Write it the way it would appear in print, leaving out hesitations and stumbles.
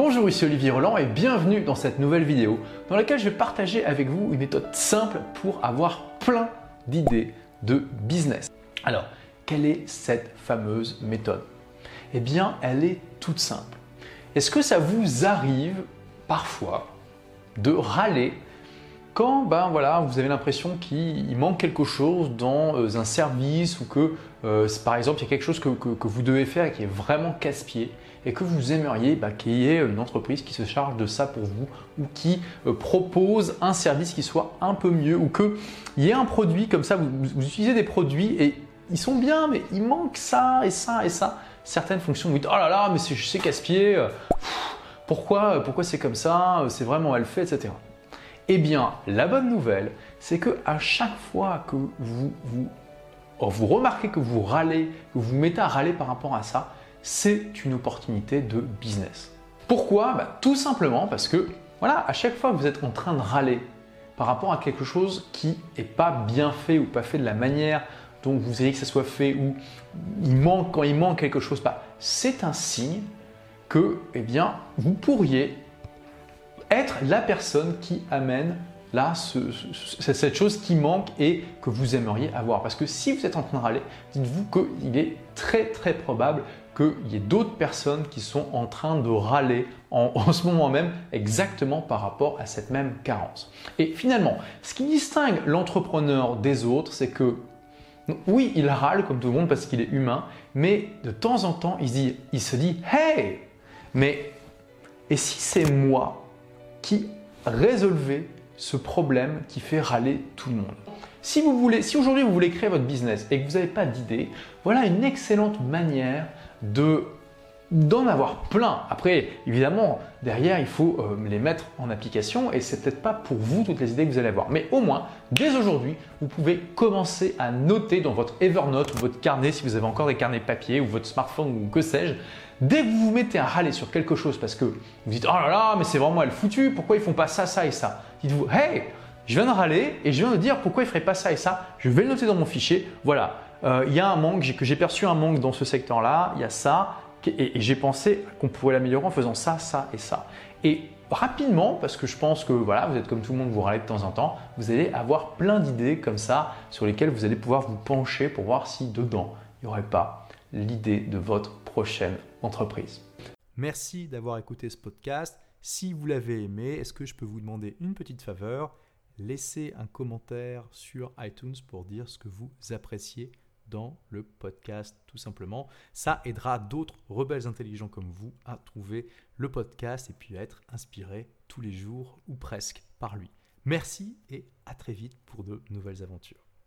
Bonjour, ici Olivier Roland et bienvenue dans cette nouvelle vidéo dans laquelle je vais partager avec vous une méthode simple pour avoir plein d'idées de business. Alors, quelle est cette fameuse méthode? Eh bien, elle est toute simple. Est-ce que ça vous arrive parfois de râler quand vous avez l'impression qu'il manque quelque chose dans un service ou que par exemple il y a quelque chose que vous devez faire et qui est vraiment casse-pied et que vous aimeriez qu'il y ait une entreprise qui se charge de ça pour vous ou qui propose un service qui soit un peu mieux ou qu'il y ait un produit comme ça, vous utilisez des produits et ils sont bien mais il manque ça et ça et ça. Certaines fonctions, vous dites « Oh là là, mais c'est casse-pied, pourquoi c'est comme ça, c'est vraiment mal fait, etc. » Eh bien, la bonne nouvelle, c'est qu'à chaque fois que vous remarquez que vous râlez, que vous vous mettez à râler par rapport à ça, c'est une opportunité de business. Pourquoi? Tout simplement parce que à chaque fois que vous êtes en train de râler par rapport à quelque chose qui n'est pas bien fait ou pas fait de la manière dont vous voudriez que ça soit fait ou quand il manque quelque chose, c'est un signe que vous pourriez être la personne qui amène là cette chose qui manque et que vous aimeriez avoir. Parce que si vous êtes en train de râler, dites-vous qu'il est très très probable qu'il y ait d'autres personnes qui sont en train de râler en ce moment même exactement par rapport à cette même carence. Et finalement, ce qui distingue l'entrepreneur des autres, c'est que oui, il râle comme tout le monde parce qu'il est humain, mais de temps en temps, il se dit « Hey, mais et si c'est moi qui résolvez ce problème qui fait râler tout le monde. » Si aujourd'hui vous voulez créer votre business et que vous n'avez pas d'idée, voilà une excellente manière d'en avoir plein. Après, évidemment, derrière, il faut les mettre en application et c'est peut-être pas pour vous toutes les idées que vous allez avoir. Mais au moins, dès aujourd'hui, vous pouvez commencer à noter dans votre Evernote ou votre carnet, si vous avez encore des carnets papier ou votre smartphone ou que sais-je. Dès que vous vous mettez à râler sur quelque chose parce que vous dites « Oh là là, mais c'est vraiment mal foutu, pourquoi ils font pas ça, ça et ça ?» Dites-vous « Hey, je viens de râler et je viens de dire pourquoi ils ne feraient pas ça et ça, je vais le noter dans mon fichier. Voilà, il y a un manque, que j'ai perçu un manque dans ce secteur-là, il y a ça et j'ai pensé qu'on pourrait l'améliorer en faisant ça, ça et ça. » Et rapidement, parce que je pense que vous êtes comme tout le monde, vous râlez de temps en temps, vous allez avoir plein d'idées comme ça sur lesquelles vous allez pouvoir vous pencher pour voir si dedans, il n'y aurait pas l'idée de votre prochaine entreprise. Merci d'avoir écouté ce podcast. Si vous l'avez aimé, est-ce que je peux vous demander une petite faveur? Laissez un commentaire sur iTunes pour dire ce que vous appréciez dans le podcast, tout simplement. Ça aidera d'autres rebelles intelligents comme vous à trouver le podcast et puis à être inspirés tous les jours ou presque par lui. Merci et à très vite pour de nouvelles aventures.